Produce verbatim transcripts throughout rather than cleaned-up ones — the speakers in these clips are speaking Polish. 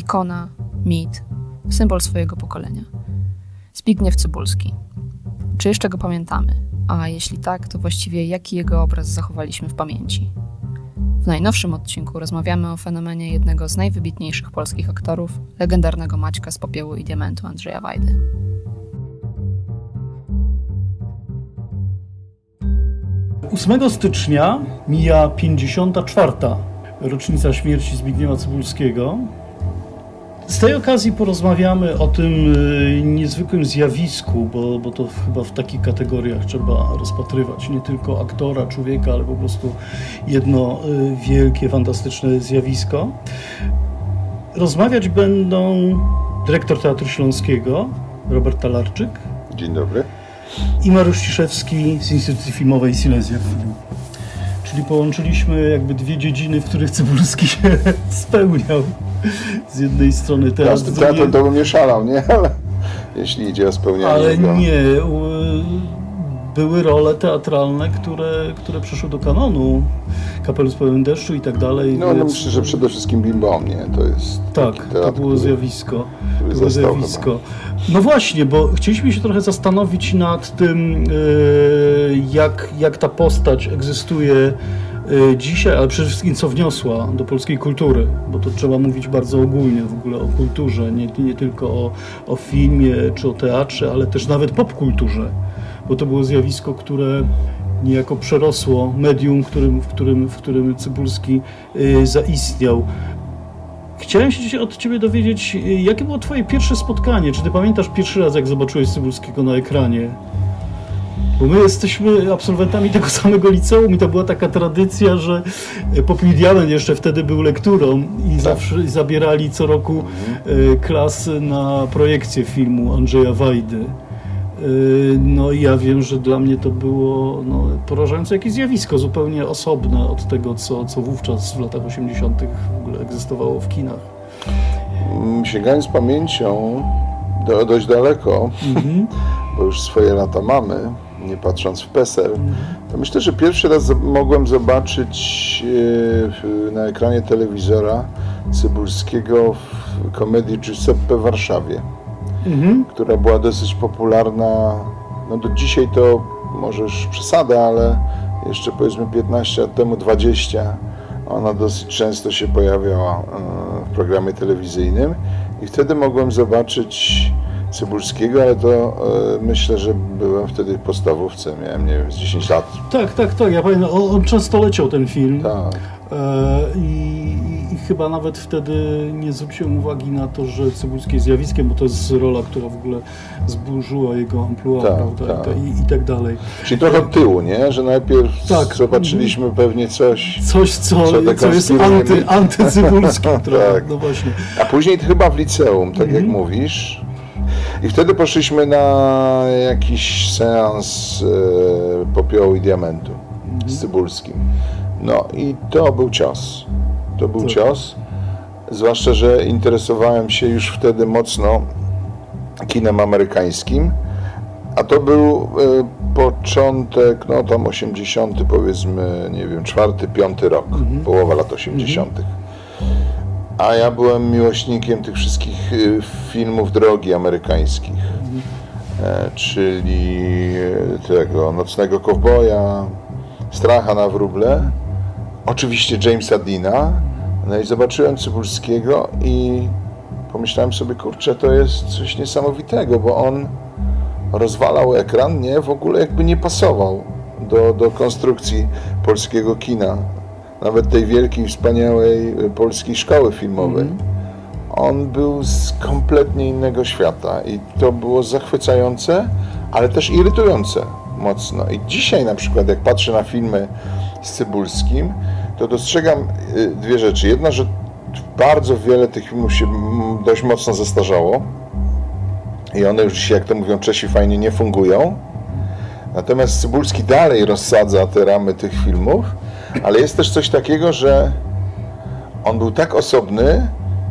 ikona, mit, symbol swojego pokolenia. Zbigniew Cybulski. Czy jeszcze go pamiętamy? A jeśli tak, to właściwie jaki jego obraz zachowaliśmy w pamięci? W najnowszym odcinku rozmawiamy o fenomenie jednego z najwybitniejszych polskich aktorów, legendarnego Maćka z Popiołu i Diamentu Andrzeja Wajdy. ósmego stycznia mija pięćdziesiąta czwarta rocznica śmierci Zbigniewa Cybulskiego. Z tej okazji porozmawiamy o tym niezwykłym zjawisku, bo, bo to chyba w takich kategoriach trzeba rozpatrywać nie tylko aktora, człowieka, ale po prostu jedno wielkie, fantastyczne zjawisko. Rozmawiać będą dyrektor Teatru Śląskiego Robert Talarczyk. Dzień dobry. I Mariusz Ciszewski z Instytucji Filmowej Silesia Film. Czyli połączyliśmy jakby dwie dziedziny, w których Cybulski się spełniał. Z jednej strony teatr... Z teatrem to bym nie szalał, nie? Ale jeśli idzie o spełnianie... Ale go... nie. Były role teatralne, które, które przeszły do kanonu. Kapelusz pełen deszczu i tak dalej. No, no myślę, że przede wszystkim Bim-Bom, nie? To jest tak, teatr, to było który, zjawisko. Który to było zjawisko. No właśnie, bo chcieliśmy się trochę zastanowić nad tym, jak, jak ta postać egzystuje dzisiaj, ale przede wszystkim co wniosła do polskiej kultury, bo to trzeba mówić bardzo ogólnie w ogóle o kulturze, nie, nie tylko o, o filmie czy o teatrze, ale też nawet popkulturze, bo to było zjawisko, które niejako przerosło medium, w którym, w którym, w którym Cybulski y, zaistniał. Chciałem się od Ciebie dowiedzieć, jakie było Twoje pierwsze spotkanie? Czy Ty pamiętasz pierwszy raz, jak zobaczyłeś Cybulskiego na ekranie? Bo my jesteśmy absolwentami tego samego liceum i to była taka tradycja, że Popiół i Diament jeszcze wtedy był lekturą i tak. zawsze zabierali co roku mhm. klasy na projekcję filmu Andrzeja Wajdy. No i ja wiem, że dla mnie to było no, porażające jakieś zjawisko, zupełnie osobne od tego, co, co wówczas w latach osiemdziesiątych w ogóle egzystowało w kinach. Sięgając pamięcią do, dość daleko, mhm. bo już swoje lata mamy, nie patrząc w PESEL, to myślę, że pierwszy raz mogłem zobaczyć na ekranie telewizora Cybulskiego w komedii Giuseppe w Warszawie, mhm. która była dosyć popularna, no do dzisiaj to może już przesada, ale jeszcze powiedzmy piętnaście lat temu, dwadzieścia, ona dosyć często się pojawiała w programie telewizyjnym i wtedy mogłem zobaczyć Cybulskiego, ale to e, myślę, że byłem wtedy w podstawówce, miałem, nie wiem, z dziesięć lat. Tak, tak, tak, ja pamiętam, on, on często leciał ten film. Tak. E, i, i chyba nawet wtedy nie zwróciłem uwagi na to, że Cybulski jest zjawiskiem, bo to jest rola, która w ogóle zburzyła jego amplua, tak, prawda, tak. I, i tak dalej. Czyli trochę od tyłu, nie? Że najpierw tak. zobaczyliśmy mm. pewnie coś... Coś, co, co, co jest anty, antycybulskie. Tak. No właśnie. A później chyba w liceum, tak mm. jak mówisz. I wtedy poszliśmy na jakiś seans e, Popiołu i Diamentu mm. z Cybulskim. No i to był cios. To był tak. cios. Zwłaszcza, że interesowałem się już wtedy mocno kinem amerykańskim. A to był e, początek, no tam osiemdziesiąty powiedzmy, nie wiem, czwarty, piąty rok. Mm. Połowa lat osiemdziesiątych. Mm. A ja byłem miłośnikiem tych wszystkich filmów drogi amerykańskich, mhm. e, czyli tego Nocnego Kowboja, Stracha na wróble, oczywiście Jamesa Deana. No i zobaczyłem Cybulskiego i pomyślałem sobie, kurczę, to jest coś niesamowitego, bo on rozwalał ekran, nie, w ogóle jakby nie pasował do, do konstrukcji polskiego kina. Nawet tej wielkiej, wspaniałej polskiej szkoły filmowej. Mm. On był z kompletnie innego świata i to było zachwycające, ale też irytujące mocno. I dzisiaj na przykład, jak patrzę na filmy z Cybulskim, to dostrzegam dwie rzeczy. Jedna, że bardzo wiele tych filmów się dość mocno zestarzało i one już dzisiaj, jak to mówią Czesi, fajnie nie fungują. Natomiast Cybulski dalej rozsadza te ramy tych filmów, ale jest też coś takiego, że on był tak osobny,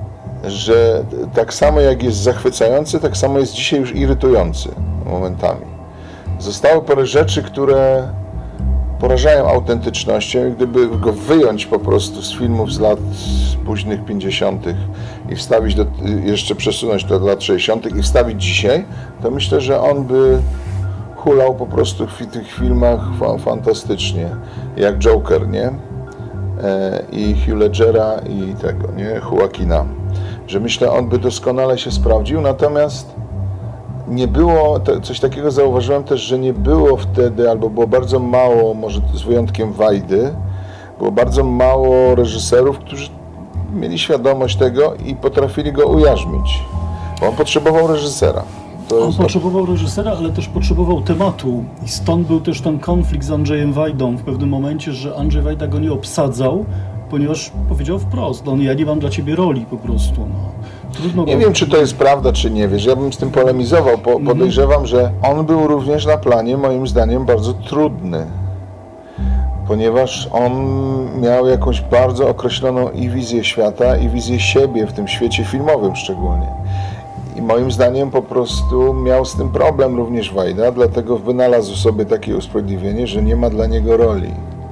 że tak samo jak jest zachwycający, tak samo jest dzisiaj już irytujący momentami. Zostały parę rzeczy, które porażają autentycznością i gdyby go wyjąć po prostu z filmów z lat późnych pięćdziesiątych i wstawić, do, jeszcze przesunąć do lat sześćdziesiątych i wstawić dzisiaj, to myślę, że on by hulał po prostu w tych filmach fantastycznie, jak Joker, nie? E, I Hugh Ledgera i tego, nie? Joaquina. Że myślę, on by doskonale się sprawdził, natomiast nie było, coś takiego zauważyłem też, że nie było wtedy, albo było bardzo mało, może z wyjątkiem Wajdy, było bardzo mało reżyserów, którzy mieli świadomość tego i potrafili go ujarzmić. Bo on potrzebował reżysera. To on potrzebował reżysera, ale też potrzebował tematu i stąd był też ten konflikt z Andrzejem Wajdą w pewnym momencie, że Andrzej Wajda go nie obsadzał, ponieważ powiedział wprost, no ja nie mam dla ciebie roli po prostu. No. Trudno nie go... wiem, czy to jest prawda, czy nie, wiesz, ja bym z tym polemizował, po, podejrzewam, że on był również na planie, moim zdaniem, bardzo trudny, ponieważ on miał jakąś bardzo określoną i wizję świata, i wizję siebie w tym świecie filmowym szczególnie. I moim zdaniem po prostu miał z tym problem również Wajda, dlatego wynalazł sobie takie usprawiedliwienie, że nie ma dla niego roli.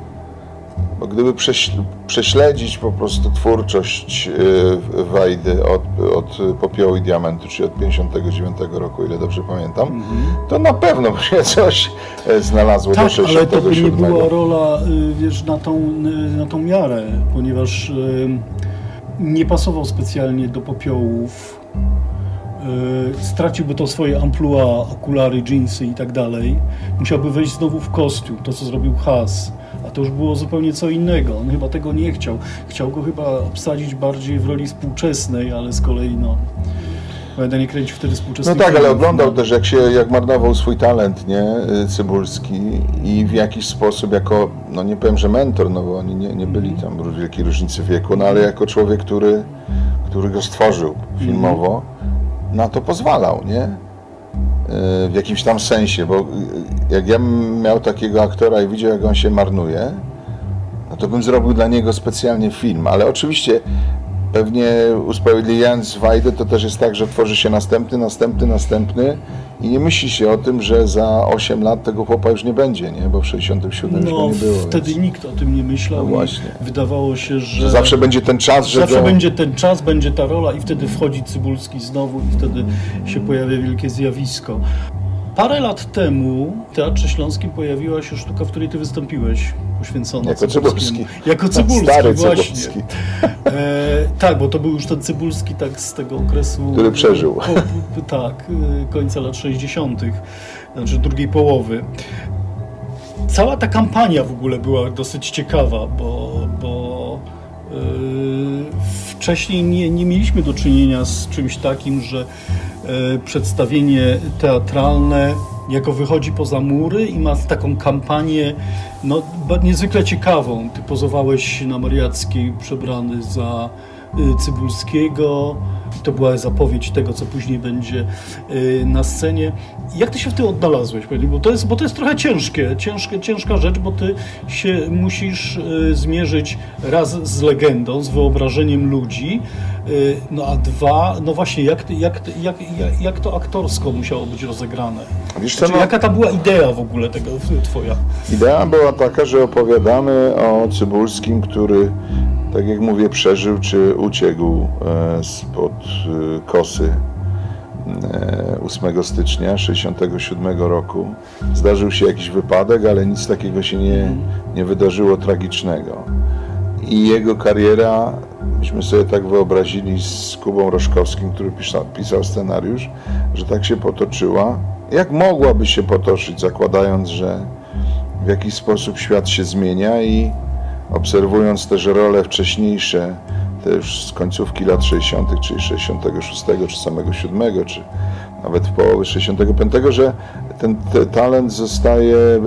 Bo gdyby prześledzić po prostu twórczość Wajdy od, od Popiołu i Diamentu, czyli od pięćdziesiątego dziewiątego roku, ile dobrze pamiętam, mm-hmm. to na pewno by się coś znalazło tak, do sześćdziesiątego siódmego. Ale to by nie była rola, wiesz, na tą, na tą miarę, ponieważ nie pasował specjalnie do Popiołów. Straciłby to swoje amplua, okulary, dżinsy i tak dalej. Musiałby wejść znowu w kostium, to co zrobił Has. A to już było zupełnie co innego. On chyba tego nie chciał. Chciał go chyba obsadzić bardziej w roli współczesnej, ale z kolei no... Będę nie kręcił wtedy współczesnych. No tak, filmów, ale oglądał no. też, jak się, jak marnował swój talent, nie, Cybulski i w jakiś sposób jako, no nie powiem, że mentor, no bo oni nie, nie byli tam wielkiej różnicy wieku, no ale jako człowiek, który, który go stworzył filmowo, na to pozwalał, nie? W jakimś tam sensie, bo jak ja bym miał takiego aktora i widział, jak on się marnuje, no to bym zrobił dla niego specjalnie film, ale oczywiście pewnie usprawiedliwiając Wajdę, to też jest tak, że tworzy się następny, następny, następny i nie myśli się o tym, że za osiem lat tego chłopa już nie będzie, nie? Bo w sześćdziesiątym siódmym no, już go nie było. Wtedy więc... nikt o tym nie myślał. No właśnie. Wydawało się, że... że zawsze będzie ten czas, że Zawsze go... będzie ten czas, będzie ta rola i wtedy wchodzi Cybulski znowu i wtedy się pojawia wielkie zjawisko. Parę lat temu w Teatrze Śląskim pojawiła się sztuka, w której ty wystąpiłeś, poświęcona Jako Cybulski. Jako Cybulski, Stary właśnie. Cybulski. E, tak, bo to był już ten Cybulski tak z tego okresu... Który przeżył. Po, po, tak, końca lat sześćdziesiątych, znaczy drugiej połowy. Cała ta kampania w ogóle była dosyć ciekawa, bo, bo yy, wcześniej nie, nie mieliśmy do czynienia z czymś takim, że yy, przedstawienie teatralne jako wychodzi poza mury i ma taką kampanię no, niezwykle ciekawą. Ty pozowałeś na Mariackiej przebrany za yy, Cybulskiego. To była zapowiedź tego, co później będzie na scenie. Jak ty się w tym odnalazłeś? Bo to jest, bo to jest trochę ciężkie, ciężkie, ciężka rzecz, bo ty się musisz zmierzyć raz z legendą, z wyobrażeniem ludzi, no a dwa, no właśnie, jak, jak, jak, jak, jak to aktorsko musiało być rozegrane? Wiesz co, znaczy, no, jaka ta była idea w ogóle tego twoja? Idea była taka, że opowiadamy o Cybulskim, który, tak jak mówię, przeżył czy uciekł spod Kosy ósmego stycznia sześćdziesiątego siódmego roku. Zdarzył się jakiś wypadek, ale nic takiego się nie, nie wydarzyło tragicznego. I jego kariera, myśmy sobie tak wyobrazili z Kubą Roszkowskim, który pisał, pisał scenariusz, że tak się potoczyła. Jak mogłaby się potoczyć, zakładając, że w jakiś sposób świat się zmienia i obserwując też role wcześniejsze, te już z końcówki lat sześćdziesiątych, czyli sześćdziesiątego szóstego, czy samego siódmego, czy nawet w połowy sześćdziesiątego piątego, że ten te talent zostaje e,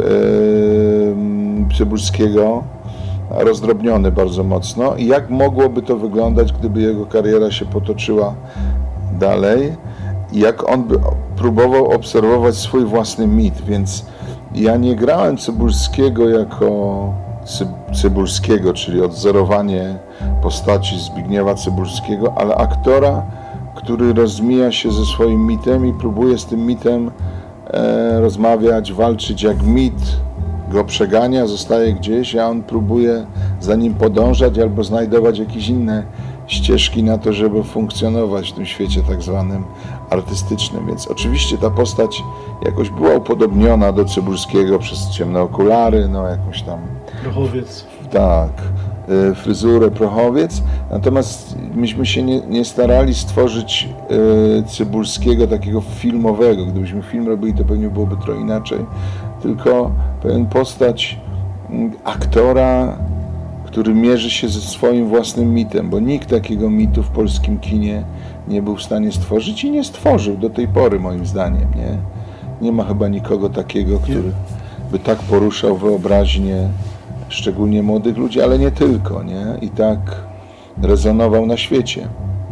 Cybulskiego rozdrobniony bardzo mocno. I jak mogłoby to wyglądać, gdyby jego kariera się potoczyła dalej i jak on by próbował obserwować swój własny mit, więc ja nie grałem Cybulskiego jako Cybulskiego, czyli odzorowanie postaci Zbigniewa Cybulskiego, ale aktora, który rozmija się ze swoim mitem i próbuje z tym mitem e, rozmawiać, walczyć jak mit go przegania, zostaje gdzieś, a on próbuje za nim podążać albo znajdować jakieś inne ścieżki na to, żeby funkcjonować w tym świecie tak zwanym artystycznym. Więc oczywiście ta postać jakoś była upodobniona do Cybulskiego przez ciemne okulary, no jakąś tam... Prochowiec. Tak, fryzurę, prochowiec. Natomiast myśmy się nie, nie starali stworzyć y, Cybulskiego takiego filmowego. Gdybyśmy film robili, to pewnie byłoby trochę inaczej. Tylko pewien postać y, aktora, który mierzy się ze swoim własnym mitem, bo nikt takiego mitu w polskim kinie nie był w stanie stworzyć i nie stworzył do tej pory, moim zdaniem. Nie, nie ma chyba nikogo takiego, który by tak poruszał wyobraźnię szczególnie młodych ludzi, ale nie tylko, nie? I tak rezonował na świecie.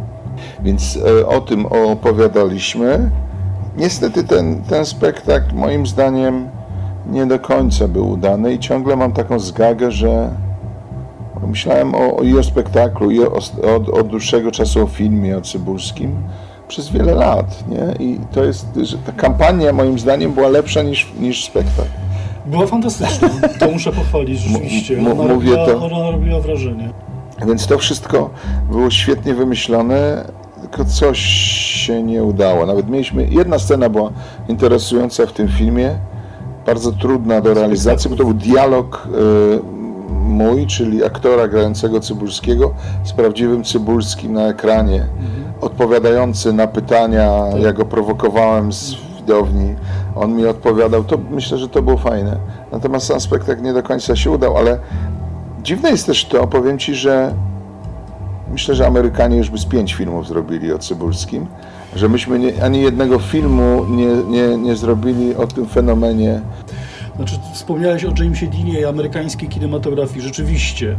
Więc e, o tym opowiadaliśmy. Niestety ten, ten spektakl moim zdaniem nie do końca był udany i ciągle mam taką zgagę, że myślałem o, i o spektaklu, i o, od, od dłuższego czasu o filmie, o Cybulskim przez wiele lat, nie? I to jest, że ta kampania moim zdaniem była lepsza niż, niż spektakl. Była fantastyczna, to muszę pochwalić rzeczywiście. Ona, mówię robiła, to. ona robiła wrażenie. Więc to wszystko było świetnie wymyślone, tylko coś się nie udało. Nawet mieliśmy, jedna scena była interesująca w tym filmie, bardzo trudna do realizacji, bo to był dialog y, mój, czyli aktora grającego Cybulskiego z prawdziwym Cybulskim na ekranie, mhm. odpowiadający na pytania, tak. Ja go prowokowałem z widowni, on mi odpowiadał, to myślę, że to było fajne. Natomiast sam spektakl nie do końca się udał, ale dziwne jest też to, powiem Ci, że myślę, że Amerykanie już by z pięć filmów zrobili o Cybulskim, że myśmy nie, ani jednego filmu nie, nie, nie zrobili o tym fenomenie. Znaczy, wspomniałeś o Jamesie Deanie i amerykańskiej kinematografii. Rzeczywiście,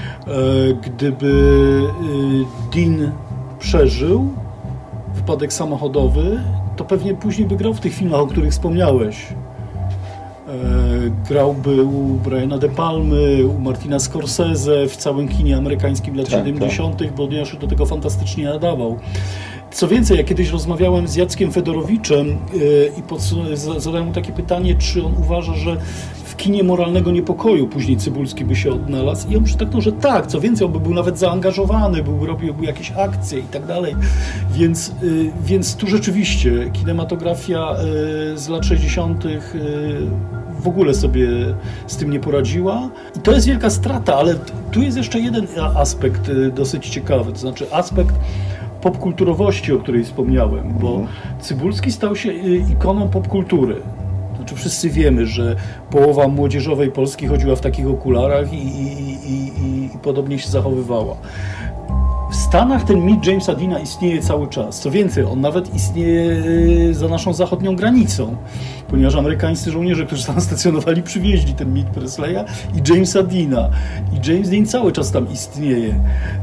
gdyby Dean przeżył wypadek samochodowy, to pewnie później by grał w tych filmach, o których wspomniałeś. Grałby u Briana De Palmy, u Martina Scorsese, w całym kinie amerykańskim lat tak, siedemdziesiątych, tak. Bo on się do tego fantastycznie nadawał. Co więcej, ja kiedyś rozmawiałem z Jackiem Fedorowiczem i zadałem mu takie pytanie, czy on uważa, że w kinie moralnego niepokoju później Cybulski by się odnalazł. I on przytaknął, że tak. Co więcej, on by był nawet zaangażowany, był, robił jakieś akcje i tak dalej. Więc, więc tu rzeczywiście kinematografia z lat sześćdziesiątych w ogóle sobie z tym nie poradziła. I to jest wielka strata, ale tu jest jeszcze jeden aspekt dosyć ciekawy, to znaczy aspekt popkulturowości, o której wspomniałem, bo mhm. Cybulski stał się ikoną popkultury. Znaczy wszyscy wiemy, że połowa młodzieżowej Polski chodziła w takich okularach i, i, i, i, i podobnie się zachowywała. W Stanach ten mit Jamesa Deana istnieje cały czas. Co więcej, on nawet istnieje za naszą zachodnią granicą, ponieważ amerykańscy żołnierze, którzy tam stacjonowali, przywieźli ten mit Presleya i Jamesa Deana. I James Dean cały czas tam istnieje.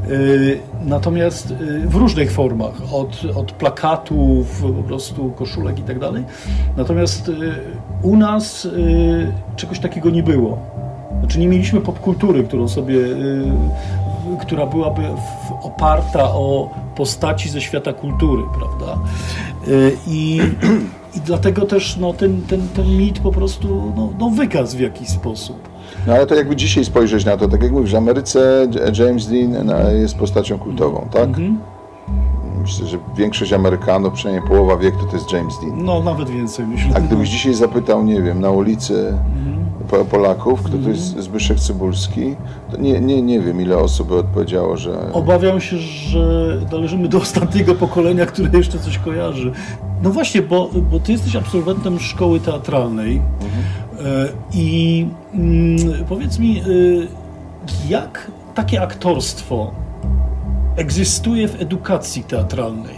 Natomiast w różnych formach, od, od plakatów, po prostu koszulek i tak dalej. Natomiast u nas czegoś takiego nie było. Znaczy nie mieliśmy popkultury, którą sobie, która byłaby oparta o postaci ze świata kultury, prawda? I, i dlatego też no, ten, ten, ten mit po prostu no, no, wygasł w jakiś sposób. No ale to jakby dzisiaj spojrzeć na to, tak jak mówisz, w Ameryce James Dean jest postacią kultową, tak? Mm-hmm. Myślę, że większość Amerykanów, przynajmniej połowa wieku, to jest James Dean. No, nawet więcej, myślę. A gdybyś dzisiaj zapytał, nie wiem, na ulicy mm-hmm. Polaków, kto mm-hmm. to jest Zbyszek Cybulski, to nie, nie, nie wiem, ile osób by odpowiedziało, że... Obawiam się, że należymy do ostatniego pokolenia, które jeszcze coś kojarzy. No właśnie, bo, bo ty jesteś absolwentem szkoły teatralnej mm-hmm. i mm, powiedz mi, jak takie aktorstwo egzystuje w edukacji teatralnej?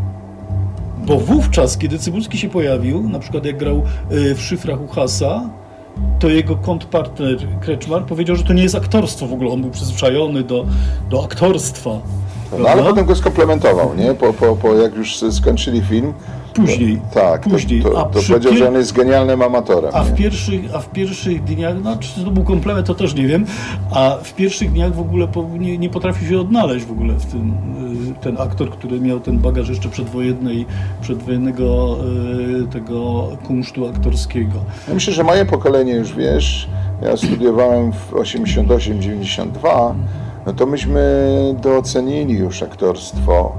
Bo wówczas, kiedy Cybulski się pojawił, na przykład jak grał w Szyfrach u Hasa, to jego kontrpartner Kreczmar powiedział, że to nie jest aktorstwo w ogóle, on był przyzwyczajony do, do aktorstwa. No, ale potem go skomplementował, nie? Po, po, po jak już skończyli film, później. To, tak, później. to, to, to powiedział, pier... że on jest genialnym amatorem. A w, pierwszych, a w pierwszych dniach, no czy to był komplement, to też nie wiem, a w pierwszych dniach w ogóle nie, nie potrafił się odnaleźć w ogóle w tym, ten aktor, który miał ten bagaż jeszcze przedwojennej, przedwojennego tego kunsztu aktorskiego. Ja myślę, że moje pokolenie już, wiesz, ja studiowałem w osiemdziesiąt osiem dziewięćdziesiąt dwa, no to myśmy docenili już aktorstwo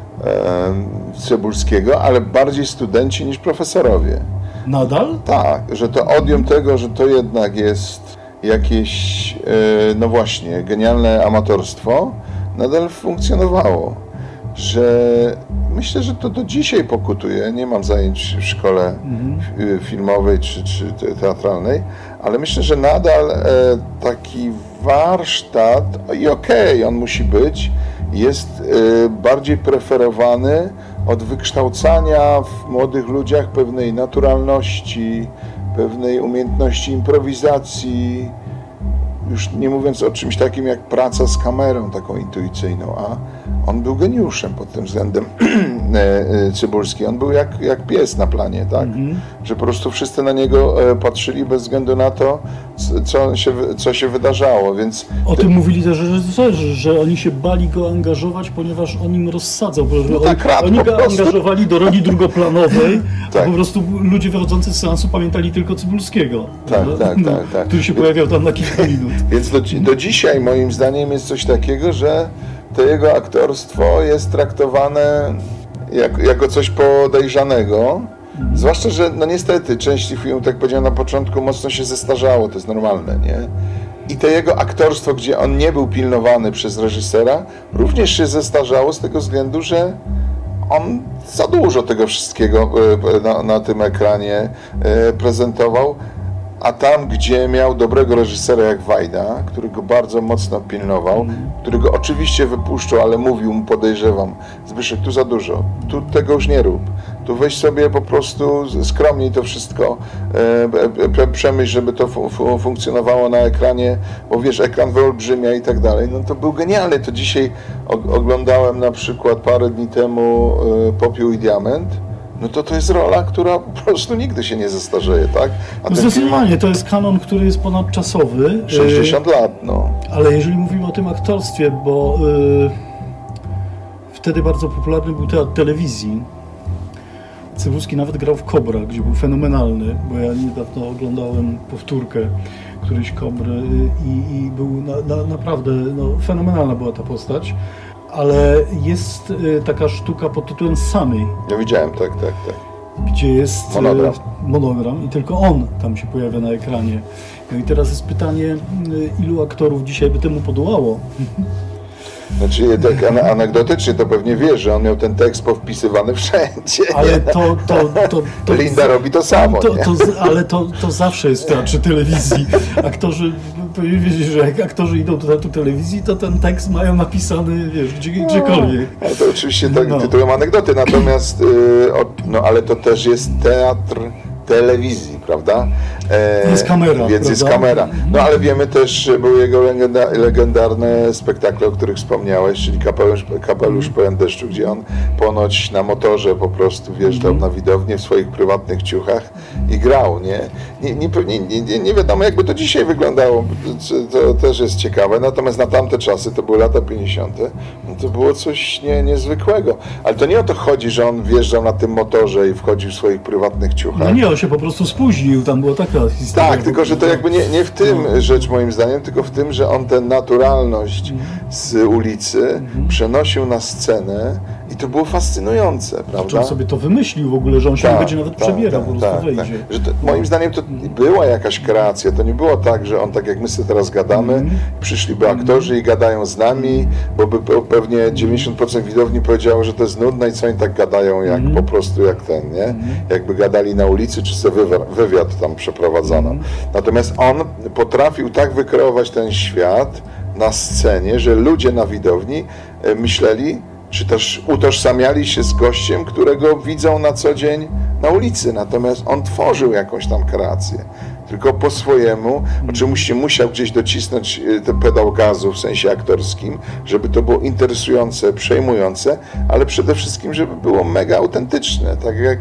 e, Cybulskiego, ale bardziej studenci niż profesorowie. Nadal? Tak, że to odium tego, że to jednak jest jakieś, e, no właśnie, genialne amatorstwo, nadal funkcjonowało. Że myślę, że to do dzisiaj pokutuje. Nie mam zajęć w szkole mhm. filmowej czy, czy teatralnej, ale myślę, że nadal e, taki warsztat, i okej, okay, on musi być, jest e, bardziej preferowany od wykształcania w młodych ludziach pewnej naturalności, pewnej umiejętności improwizacji, już nie mówiąc o czymś takim jak praca z kamerą taką intuicyjną, a on był geniuszem pod tym względem Cybulski. On był jak, jak pies na planie, tak? Mm-hmm. Że po prostu wszyscy na niego patrzyli bez względu na to, co się, co się wydarzało, więc... O ty... tym mówili też, że, że, że oni się bali go angażować, ponieważ on im rozsadzał. No on, tak rad, oni go prostu. angażowali do roli drugoplanowej, tak. A po prostu ludzie wychodzący z seansu pamiętali tylko Cybulskiego. Tak, no, tak, tak, tak. Który się więc, pojawiał tam na kilka minut. Więc do, do dzisiaj moim zdaniem jest coś takiego, że to jego aktorstwo jest traktowane jak, jako coś podejrzanego. Mhm. Zwłaszcza, że no niestety część filmów, tak jak powiedziałem na początku, mocno się zestarzało, to jest normalne, nie? I to jego aktorstwo, gdzie on nie był pilnowany przez reżysera, również się zestarzało z tego względu, że on za dużo tego wszystkiego na, na tym ekranie prezentował. A tam, gdzie miał dobrego reżysera jak Wajda, który go bardzo mocno pilnował, mm. który go oczywiście wypuszczał, ale mówił mu, podejrzewam, Zbyszek, tu za dużo, tu tego już nie rób, tu weź sobie po prostu skromniej to wszystko, e, przemyśl, żeby to fu- fu- funkcjonowało na ekranie, bo wiesz, ekran wyolbrzymia i tak dalej. No to był genialny. To dzisiaj o- oglądałem na przykład parę dni temu e, Popiół i Diament. No to to jest rola, która po prostu nigdy się nie zestarzeje, tak? A zdecydowanie, film... to jest kanon, który jest ponadczasowy. sześćdziesiąt lat, no. Ale jeżeli mówimy o tym aktorstwie, bo yy, wtedy bardzo popularny był teatr telewizji. Cybulski nawet grał w Kobra, gdzie był fenomenalny, bo ja niedawno oglądałem powtórkę którejś Kobry i, i był na, na, naprawdę, no, fenomenalna była ta postać. Ale jest y, taka sztuka pod tytułem Samej. Ja widziałem, tak, tak, tak. Gdzie jest monogram. Y, monogram i tylko on tam się pojawia na ekranie. No i teraz jest pytanie, y, ilu aktorów dzisiaj by temu podołało? Znaczy, tak anegdotycznie to pewnie wiesz, że on miał ten tekst powpisywany wszędzie. Ale to... to, to, to Linda robi to samo, to, to, Ale to, to zawsze jest w teatrze telewizji. Aktorzy, powinien wiedzieć, że jak aktorzy idą do teatru telewizji, to ten tekst mają napisany, wiesz, gdzie, gdziekolwiek. No, to oczywiście tak no. tytułem anegdoty, natomiast, yy, o, no ale to też jest teatr telewizji, prawda? E, jest kamera, Więc prawda? jest kamera. No ale wiemy też, były jego legenda, legendarne spektakle, o których wspomniałeś, czyli Kapelusz, Kapelusz pełen deszczu, gdzie on ponoć na motorze po prostu wjeżdżał mm. na widownię w swoich prywatnych ciuchach i grał, nie? Nie, nie, nie, nie, nie wiadomo, jakby to dzisiaj wyglądało, to też jest ciekawe, natomiast na tamte czasy, to były lata pięćdziesiąte, no to było coś nie, niezwykłego. Ale to nie o to chodzi, że on wjeżdżał na tym motorze i wchodził w swoich prywatnych ciuchach. No nie, on się po prostu spóźnił, tam była taka historia. Tak, tylko że to jakby nie, nie w tym no. rzecz moim zdaniem, tylko w tym, że on tę naturalność mm. z ulicy mm. przenosił na scenę i to było fascynujące, prawda? Czy on sobie to wymyślił w ogóle, że on się tak, będzie nawet tak, przebierał, tak, po prostu tak, wejdzie. Tak. Że to, moim zdaniem to była jakaś kreacja, to nie było tak, że on tak jak my sobie teraz gadamy, mm. przyszliby aktorzy i gadają z nami, bo by pewnie dziewięćdziesiąt procent widowni powiedziało, że to jest nudne i co oni tak gadają, jak mm. po prostu jak ten, nie? Mm. Jakby gadali na ulicy, czy sobie wywiad tam przeprowadzono. Mm. Natomiast on potrafił tak wykreować ten świat na scenie, że ludzie na widowni myśleli, czy też utożsamiali się z gościem, którego widzą na co dzień na ulicy, natomiast on tworzył jakąś tam kreację, tylko po swojemu. Oczywiście musiał gdzieś docisnąć ten pedał gazu w sensie aktorskim, żeby to było interesujące, przejmujące, ale przede wszystkim, żeby było mega autentyczne, tak jak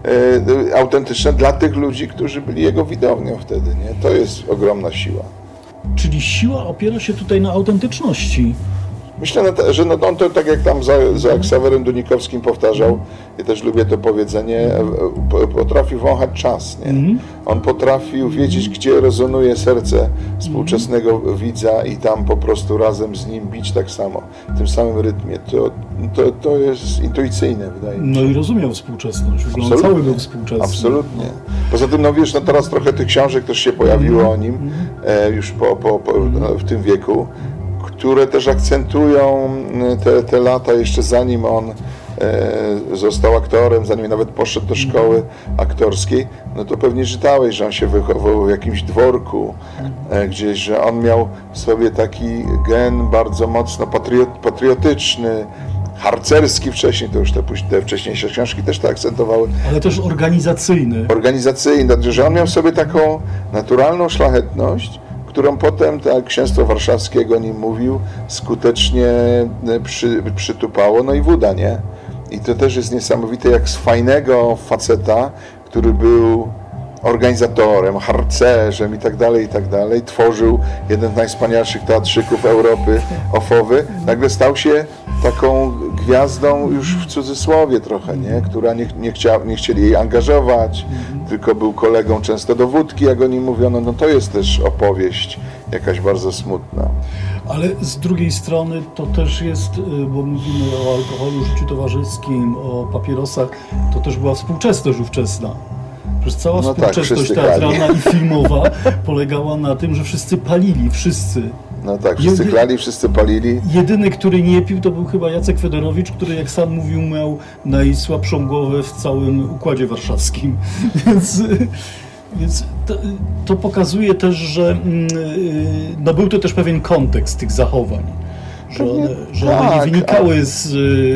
e, autentyczne dla tych ludzi, którzy byli jego widownią wtedy, nie? To jest ogromna siła. Czyli siła opiera się tutaj na autentyczności. Myślę, że no, on to tak jak tam za, za Ksawerem Dunikowskim powtarzał, ja też lubię to powiedzenie, potrafił wąchać czas, nie? Mm. On potrafił wiedzieć, gdzie rezonuje serce współczesnego widza i tam po prostu razem z nim bić tak samo, w tym samym rytmie. To, to, to jest intuicyjne, wydaje mi się. No i rozumiał współczesność, on cały był współczesny. Absolutnie. Poza tym, no wiesz, no teraz trochę tych książek też się pojawiło mm. o nim, e, już po, po, po, no, w tym wieku, które też akcentują te, te lata jeszcze zanim on e, został aktorem, zanim nawet poszedł do szkoły aktorskiej, no to pewnie czytałeś, że on się wychował w jakimś dworku e, gdzieś, że on miał w sobie taki gen bardzo mocno patriot, patriotyczny, harcerski wcześniej, to już te, te wcześniejsze książki też to akcentowały. Ale też organizacyjny. Organizacyjny, że on miał w sobie taką naturalną szlachetność, którą potem, tak jak księstwo warszawskie o nim mówił, skutecznie przy, przytupało, no i Wóda, nie? I to też jest niesamowite, jak z fajnego faceta, który był organizatorem, harcerzem i tak dalej, i tak dalej, tworzył jeden z najwspanialszych teatrzyków Europy, Ofowy, nagle stał się taką gwiazdą już w cudzysłowie trochę, nie? Która nie, nie, chcia, nie chcieli jej angażować, tylko był kolegą często do wódki, jak o nim mówiono. No to jest też opowieść jakaś bardzo smutna. Ale z drugiej strony to też jest, bo mówimy o alkoholu, życiu towarzyskim, o papierosach, to też była współczesność ówczesna. Przecież cała no współczesność tak, teatralna i filmowa polegała na tym, że wszyscy palili, wszyscy. No tak, wszyscy chlali, wszyscy palili. Jedyny, który nie pił, to był chyba Jacek Federowicz, który, jak sam mówił, miał najsłabszą głowę w całym Układzie Warszawskim. Więc, więc to, to pokazuje też, że no był to też pewien kontekst tych zachowań. Że one, że one tak, nie wynikały ale... z,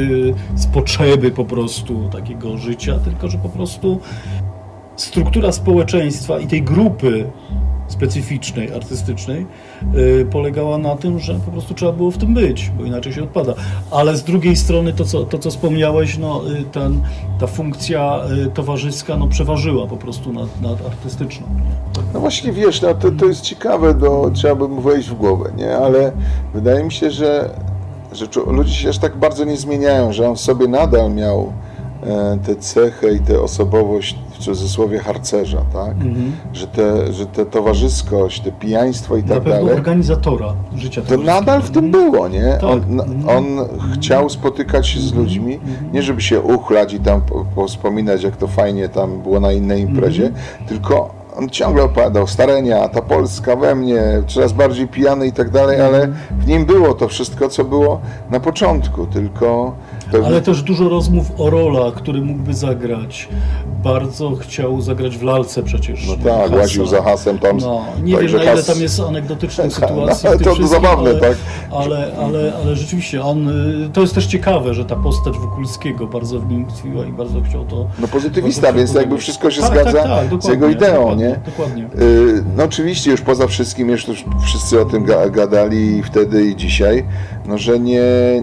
z potrzeby po prostu takiego życia, tylko że po prostu struktura społeczeństwa i tej grupy specyficznej, artystycznej yy, polegała na tym, że po prostu trzeba było w tym być, bo inaczej się odpada. Ale z drugiej strony to, co, to, co wspomniałeś, no, yy, ten, ta funkcja yy, towarzyska no, przeważyła po prostu nad, nad artystyczną. Nie? No właśnie, wiesz, no, to, to jest ciekawe, do, trzeba by mu wejść w głowę, nie? Ale wydaje mi się, że, że ludzie się aż tak bardzo nie zmieniają, że on w sobie nadal miał tę cechę i tę osobowość w cudzysłowie harcerza, tak? Mhm. Że, te, że te towarzyskość, te pijaństwo i tak dalej. Na pewno organizatora życia. To nadal w tym było, nie? Tak. On, on chciał spotykać się z ludźmi, nie żeby się uchlać i tam wspominać, jak to fajnie tam było na innej imprezie, mhm. tylko on ciągle opowiadał starenia, ta Polska we mnie, coraz bardziej pijany i tak dalej, ale w nim było to wszystko, co było na początku, tylko... Pewnie... Ale też dużo rozmów o rolach, który mógłby zagrać. Bardzo chciał zagrać w lalce przecież. No tak, Hasa. Łaził za hasem tam. No, nie wiem, na ile tam jest anegdotycznych sytuacji. No, to to zabawne, ale, tak? Ale, ale, ale rzeczywiście, on, to jest też ciekawe, że ta postać Wokulskiego bardzo w nim tkwiła i bardzo chciał to... No pozytywista, więc jakby wszystko się tak, zgadza tak, tak, z jego ideą, dokładnie, nie? Dokładnie. Yy, no oczywiście już poza wszystkim, już wszyscy o tym gadali wtedy i dzisiaj, no że nie...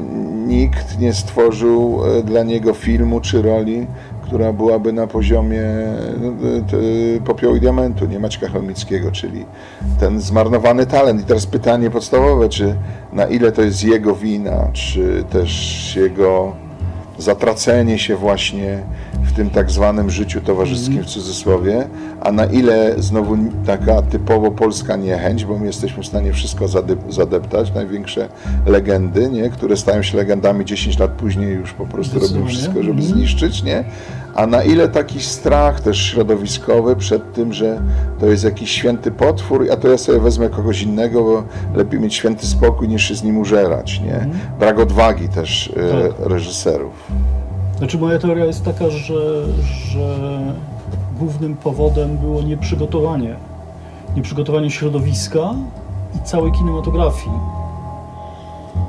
Nikt nie stworzył dla niego filmu czy roli, która byłaby na poziomie Popiołu i Diamentu, nie Maćka Chomickiego, czyli ten zmarnowany talent. I teraz pytanie podstawowe, czy na ile to jest jego wina, czy też jego zatracenie się właśnie w tym tak zwanym życiu towarzyskim w cudzysłowie, a na ile znowu taka typowo polska niechęć, bo my jesteśmy w stanie wszystko zadeptać, największe legendy, nie? Które stają się legendami dziesięć lat później już po prostu robią wszystko, żeby zniszczyć, nie? A na ile taki strach też środowiskowy przed tym, że to jest jakiś święty potwór, a to ja sobie wezmę kogoś innego, bo lepiej mieć święty spokój niż się z nim użerać, nie? Brak odwagi też tak. reżyserów. Znaczy moja teoria jest taka, że, że głównym powodem było nieprzygotowanie. Nieprzygotowanie środowiska i całej kinematografii.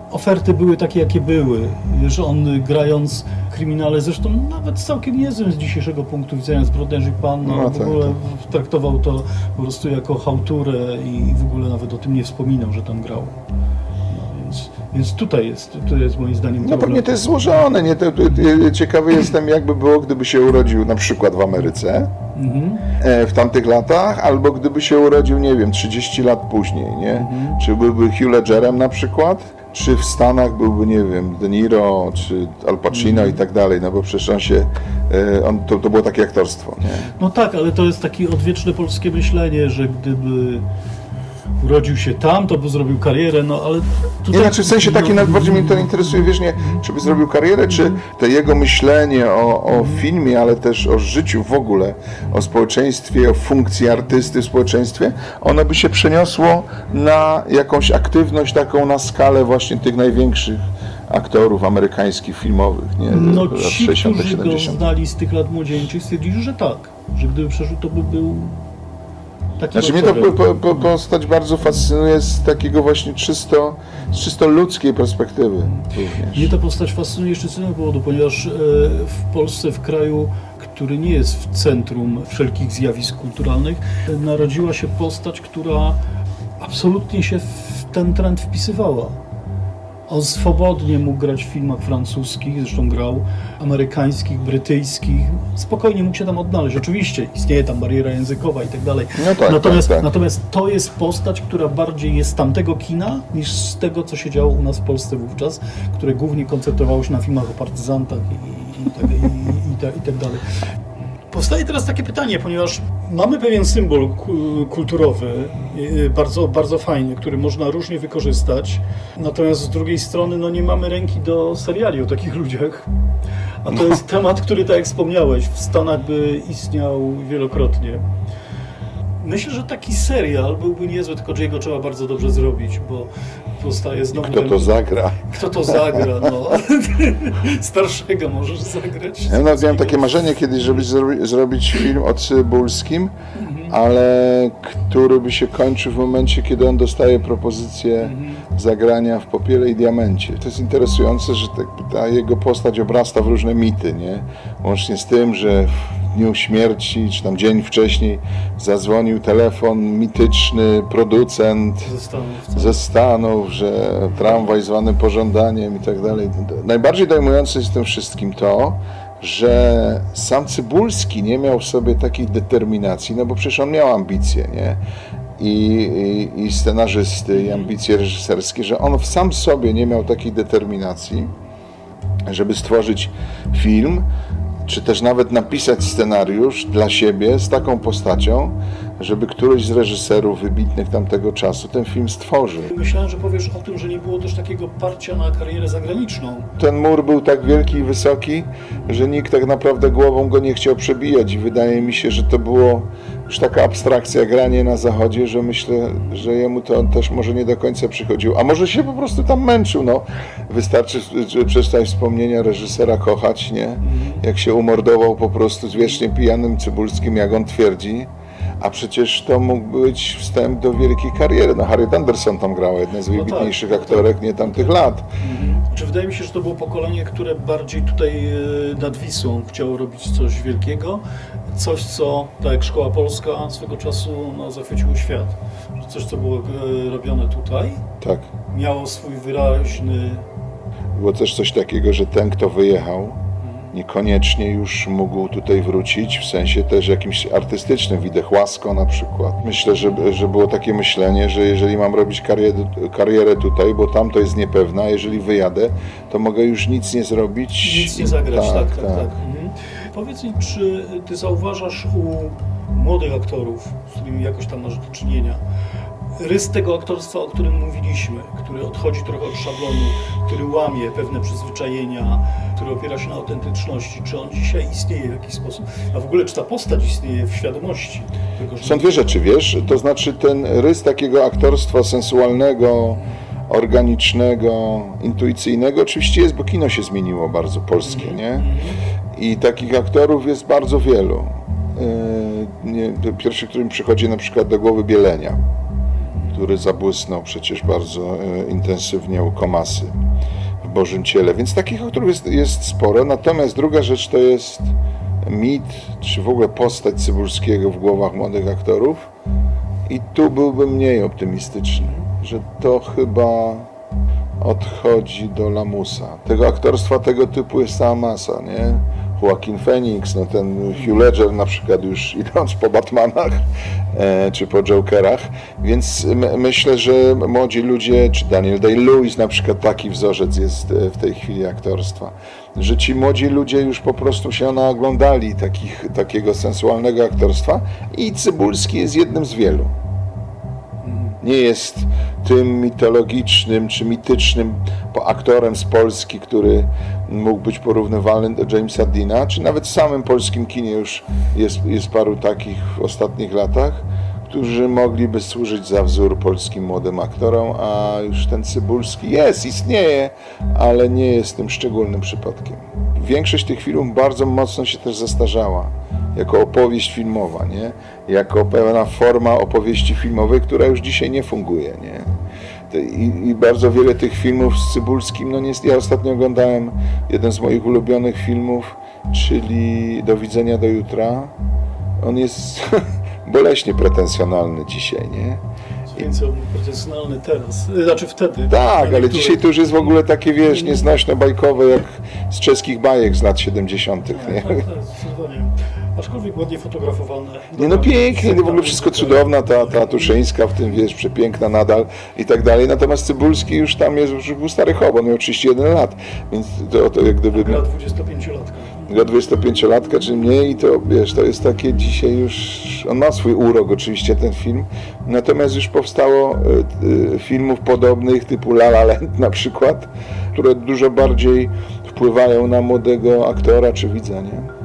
oferty były takie, jakie były, że on grając kryminale, zresztą nawet całkiem niezłym z dzisiejszego punktu widzenia, zbrodniarzy pan, no, no, w ogóle tak, tak. traktował to po prostu jako chałturę i w ogóle nawet o tym nie wspominał, że tam grał. No, więc, więc tutaj jest, tutaj jest moim zdaniem... No pewnie to jest złożone, nie? To, to, to, ciekawy jestem, jakby było, gdyby się urodził na przykład w Ameryce, mhm. w tamtych latach, albo gdyby się urodził, nie wiem, trzydzieści lat później, nie? Mhm. Czy byłby Hugh Ledgerem na przykład? Czy w Stanach byłby, nie wiem, De Niro, czy Al Pacino mm. i tak dalej, no bo przecież on się, on, to, to było takie aktorstwo, nie? No tak, ale to jest takie odwieczne polskie myślenie, że gdyby urodził się tam, to by zrobił karierę, no ale... Tutaj... Nie, znaczy w sensie takim no, bardziej mnie to interesuje, wiesz, nie, czy by zrobił karierę, czy to jego myślenie o, o filmie, ale też o życiu w ogóle, o społeczeństwie, o funkcji artysty w społeczeństwie, ono by się przeniosło na jakąś aktywność taką na skalę właśnie tych największych aktorów amerykańskich, filmowych, nie? No ci, którzy go znali z tych lat młodzieńczych, stwierdzili, że tak, że gdyby przeżył, to by był... Znaczy mnie to po, po, postać bardzo fascynuje z takiego właśnie czysto, z czysto ludzkiej perspektywy. Również. Mnie ta postać fascynuje jeszcze z innego powodu, ponieważ w Polsce, w kraju, który nie jest w centrum wszelkich zjawisk kulturalnych, narodziła się postać, która absolutnie się w ten trend wpisywała. On swobodnie mógł grać w filmach francuskich, zresztą grał, amerykańskich, brytyjskich. Spokojnie mógł się tam odnaleźć. Oczywiście istnieje tam bariera językowa i tak dalej. No tak, natomiast, tak, tak. natomiast to jest postać, która bardziej jest z tamtego kina, niż z tego, co się działo u nas w Polsce wówczas, które głównie koncentrowało się na filmach o partyzantach i, i, i, tak, i, i, i, tak, i tak dalej. Powstaje teraz takie pytanie, ponieważ mamy pewien symbol kulturowy, bardzo, bardzo fajny, który można różnie wykorzystać, natomiast z drugiej strony no, nie mamy ręki do seriali o takich ludziach, a to jest temat, który, tak jak wspomniałeś, w Stanach by istniał wielokrotnie. Myślę, że taki serial byłby niezły, tylko że jego trzeba bardzo dobrze zrobić, bo powstaje znowu... Kto ten... to zagra? Kto to zagra, no. Starszego możesz zagrać. Ja no, miałem takie marzenie kiedyś, żeby zrobi, zrobić film o Cybulskim, mhm. ale który by się kończył w momencie, kiedy on dostaje propozycję mhm. zagrania w Popiele i Diamencie. To jest interesujące, że ta, ta jego postać obrasta w różne mity, nie? Łącznie z tym, że w dniu śmierci, czy tam dzień wcześniej zadzwonił telefon mityczny producent ze Stanów, ze Stanów, że tramwaj zwany pożądaniem i tak dalej. Najbardziej dojmujące jest w tym wszystkim to, że sam Cybulski nie miał w sobie takiej determinacji, no bo przecież on miał ambicje, nie? I, i, i scenarzysty, i ambicje reżyserskie, że on sam w sobie nie miał takiej determinacji, żeby stworzyć film, czy też nawet napisać scenariusz dla siebie z taką postacią, żeby któryś z reżyserów wybitnych tamtego czasu ten film stworzył. Myślałem, że powiesz o tym, że nie było też takiego parcia na karierę zagraniczną. Ten mur był tak wielki i wysoki, że nikt tak naprawdę głową go nie chciał przebijać i wydaje mi się, że to było już taka abstrakcja, granie na zachodzie, że myślę, że jemu to też może nie do końca przychodziło. A może się po prostu tam męczył, no. Wystarczy przeczytać wspomnienia reżysera Kochać, nie? Jak się umordował po prostu z wiecznie pijanym Cybulskim, jak on twierdzi. A przecież to mógł być wstęp do wielkiej kariery. No Harriet Anderson tam grała, jedna z wybitniejszych no tak, aktorek tak, nie tamtych tak. lat. Mhm. Czy wydaje mi się, że to było pokolenie, które bardziej tutaj nad Wisłą chciało robić coś wielkiego, coś, co, tak jak Szkoła Polska swego czasu no, zachwyciło świat. Coś, co było robione tutaj, tak. miało swój wyraźny... Było też coś takiego, że ten, kto wyjechał, niekoniecznie już mógł tutaj wrócić, w sensie też jakimś artystycznym, Widech Łasko na przykład. Myślę, że, że było takie myślenie, że jeżeli mam robić karierę, karierę tutaj, bo tam to jest niepewna, jeżeli wyjadę, to mogę już nic nie zrobić. Nic nie zagrać, tak, tak, tak. tak. Mhm. Powiedz mi, czy ty zauważasz u młodych aktorów, z którymi jakoś tam masz do czynienia, rys tego aktorstwa, o którym mówiliśmy, który odchodzi trochę od szablonu, który łamie pewne przyzwyczajenia, który opiera się na autentyczności. Czy on dzisiaj istnieje w jakiś sposób? A w ogóle czy ta postać istnieje w świadomości? Tego, że... Są dwie rzeczy, wiesz? To znaczy ten rys takiego aktorstwa sensualnego, organicznego, intuicyjnego oczywiście jest, bo kino się zmieniło bardzo, polskie, nie? I takich aktorów jest bardzo wielu. Pierwszy, który mi przychodzi na przykład do głowy, Bielenia, który zabłysnął przecież bardzo intensywnie u Komasy w Bożym Ciele. Więc takich aktorów jest, jest sporo. Natomiast druga rzecz to jest mit, czy w ogóle postać Cybulskiego w głowach młodych aktorów. I tu byłbym mniej optymistyczny, że to chyba odchodzi do lamusa. Tego aktorstwa tego typu jest cała masa, nie? Joaquin Phoenix, no ten Hugh Ledger na przykład już idąc po Batmanach e, czy po Jokerach, więc my, myślę, że młodzi ludzie, czy Daniel Day-Lewis na przykład, taki wzorzec jest w tej chwili aktorstwa, że ci młodzi ludzie już po prostu się naoglądali takich, takiego sensualnego aktorstwa i Cybulski jest jednym z wielu. Nie jest tym mitologicznym czy mitycznym aktorem z Polski, który mógł być porównywalny do Jamesa Deana, czy nawet w samym polskim kinie już jest, jest paru takich w ostatnich latach, którzy mogliby służyć za wzór polskim młodym aktorom, a już ten Cybulski jest, istnieje, ale nie jest tym szczególnym przypadkiem. Większość tych filmów bardzo mocno się też zestarzała, jako opowieść filmowa, nie? Jako pewna forma opowieści filmowej, która już dzisiaj nie funguje, nie? I, i bardzo wiele tych filmów z Cybulskim, no nie, ja ostatnio oglądałem jeden z moich ulubionych filmów, czyli Do widzenia do jutra. On jest boleśnie pretensjonalny dzisiaj, nie? Więcej on pretensjonalny teraz, znaczy wtedy. Tak, ale który... dzisiaj to już jest w ogóle takie, wiesz, nieznośno bajkowe, jak z czeskich bajek z lat siedemdziesiątych, nie? Tak, tak, zdecydowanie. Aczkolwiek ładnie fotografowane. Nie, no pięknie, no w ogóle wszystko cudowna, ta, ta Tuszyńska w tym, wiesz, przepiękna nadal i tak dalej. Natomiast Cybulski już tam jest, już był stary chłop, on miał trzydzieści jeden lat, więc to, to jak gdyby... Gra dwudziestopięciolatka. Gra dwudziestopięciolatka, czy mniej, to wiesz, to jest takie dzisiaj już... On ma swój urok oczywiście, ten film, natomiast już powstało y, y, filmów podobnych, typu La La Land na przykład, które dużo bardziej wpływają na młodego aktora czy widza, nie?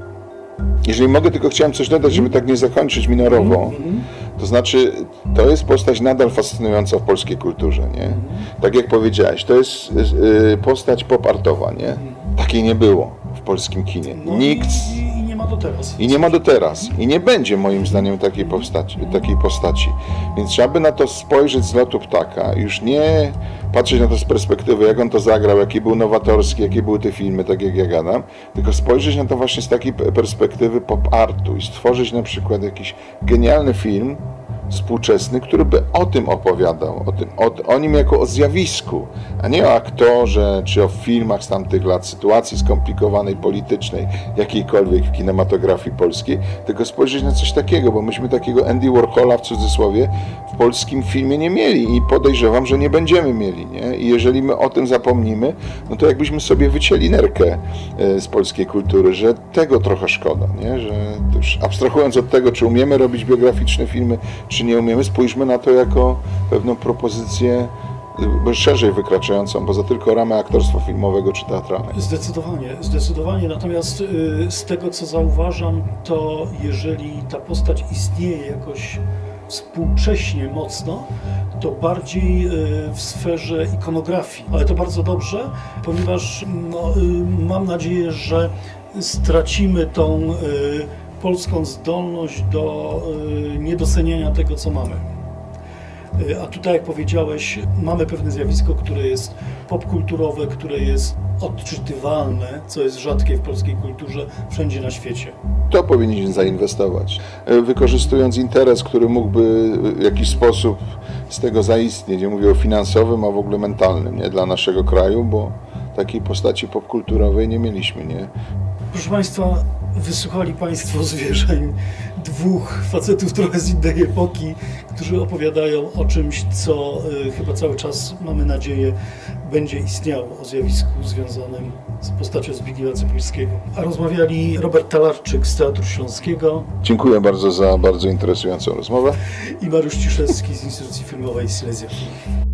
Jeżeli mogę, tylko chciałem coś dodać, żeby tak nie zakończyć minorowo. To znaczy, to jest postać nadal fascynująca w polskiej kulturze, nie? Tak jak powiedziałeś, to jest postać pop-artowa, nie? Takiej nie było w polskim kinie. No Nikt... I, i nie ma do teraz. I nie ma do teraz. I nie będzie moim zdaniem takiej postaci, takiej postaci. Więc trzeba by na to spojrzeć z lotu ptaka. Już nie patrzeć na to z perspektywy, jak on to zagrał, jaki był nowatorski, jakie były te filmy, tak jak ja gadam, tylko spojrzeć na to właśnie z takiej perspektywy pop-artu i stworzyć na przykład jakiś genialny film współczesny, który by o tym opowiadał, o, tym, o, o nim jako o zjawisku, a nie o aktorze, czy o filmach z tamtych lat, sytuacji skomplikowanej, politycznej, jakiejkolwiek w kinematografii polskiej, tylko spojrzeć na coś takiego, bo myśmy takiego Andy Warhola w cudzysłowie w polskim filmie nie mieli i podejrzewam, że nie będziemy mieli, nie? I jeżeli my o tym zapomnimy, no to jakbyśmy sobie wycięli nerkę z polskiej kultury, że tego trochę szkoda, nie? Że już abstrahując od tego, czy umiemy robić biograficzne filmy, czy nie umiemy, spójrzmy na to jako pewną propozycję szerzej wykraczającą poza tylko ramę aktorstwa filmowego czy teatralnego. Zdecydowanie, zdecydowanie. Natomiast y, z tego, co zauważam, to jeżeli ta postać istnieje jakoś współcześnie mocno, to bardziej y, w sferze ikonografii. Ale to bardzo dobrze, ponieważ no, y, mam nadzieję, że stracimy tą y, polską zdolność do y, niedoceniania tego, co mamy. Y, a tutaj, jak powiedziałeś, mamy pewne zjawisko, które jest popkulturowe, które jest odczytywalne, co jest rzadkie w polskiej kulturze, wszędzie na świecie. To powinniśmy zainwestować. Wykorzystując interes, który mógłby w jakiś sposób z tego zaistnieć, nie mówię o finansowym, a w ogóle mentalnym, nie, dla naszego kraju, bo takiej postaci popkulturowej nie mieliśmy, nie. Proszę Państwa, wysłuchali Państwo zwierzeń dwóch facetów trochę z innej epoki, którzy opowiadają o czymś, co y, chyba cały czas, mamy nadzieję, będzie istniało, o zjawisku związanym z postacią Zbigniewa Cybulskiego. A rozmawiali Robert Talarczyk z Teatru Śląskiego. Dziękuję bardzo za bardzo interesującą rozmowę. I Mariusz Ciszewski z Instytucji Filmowej Silesia Film.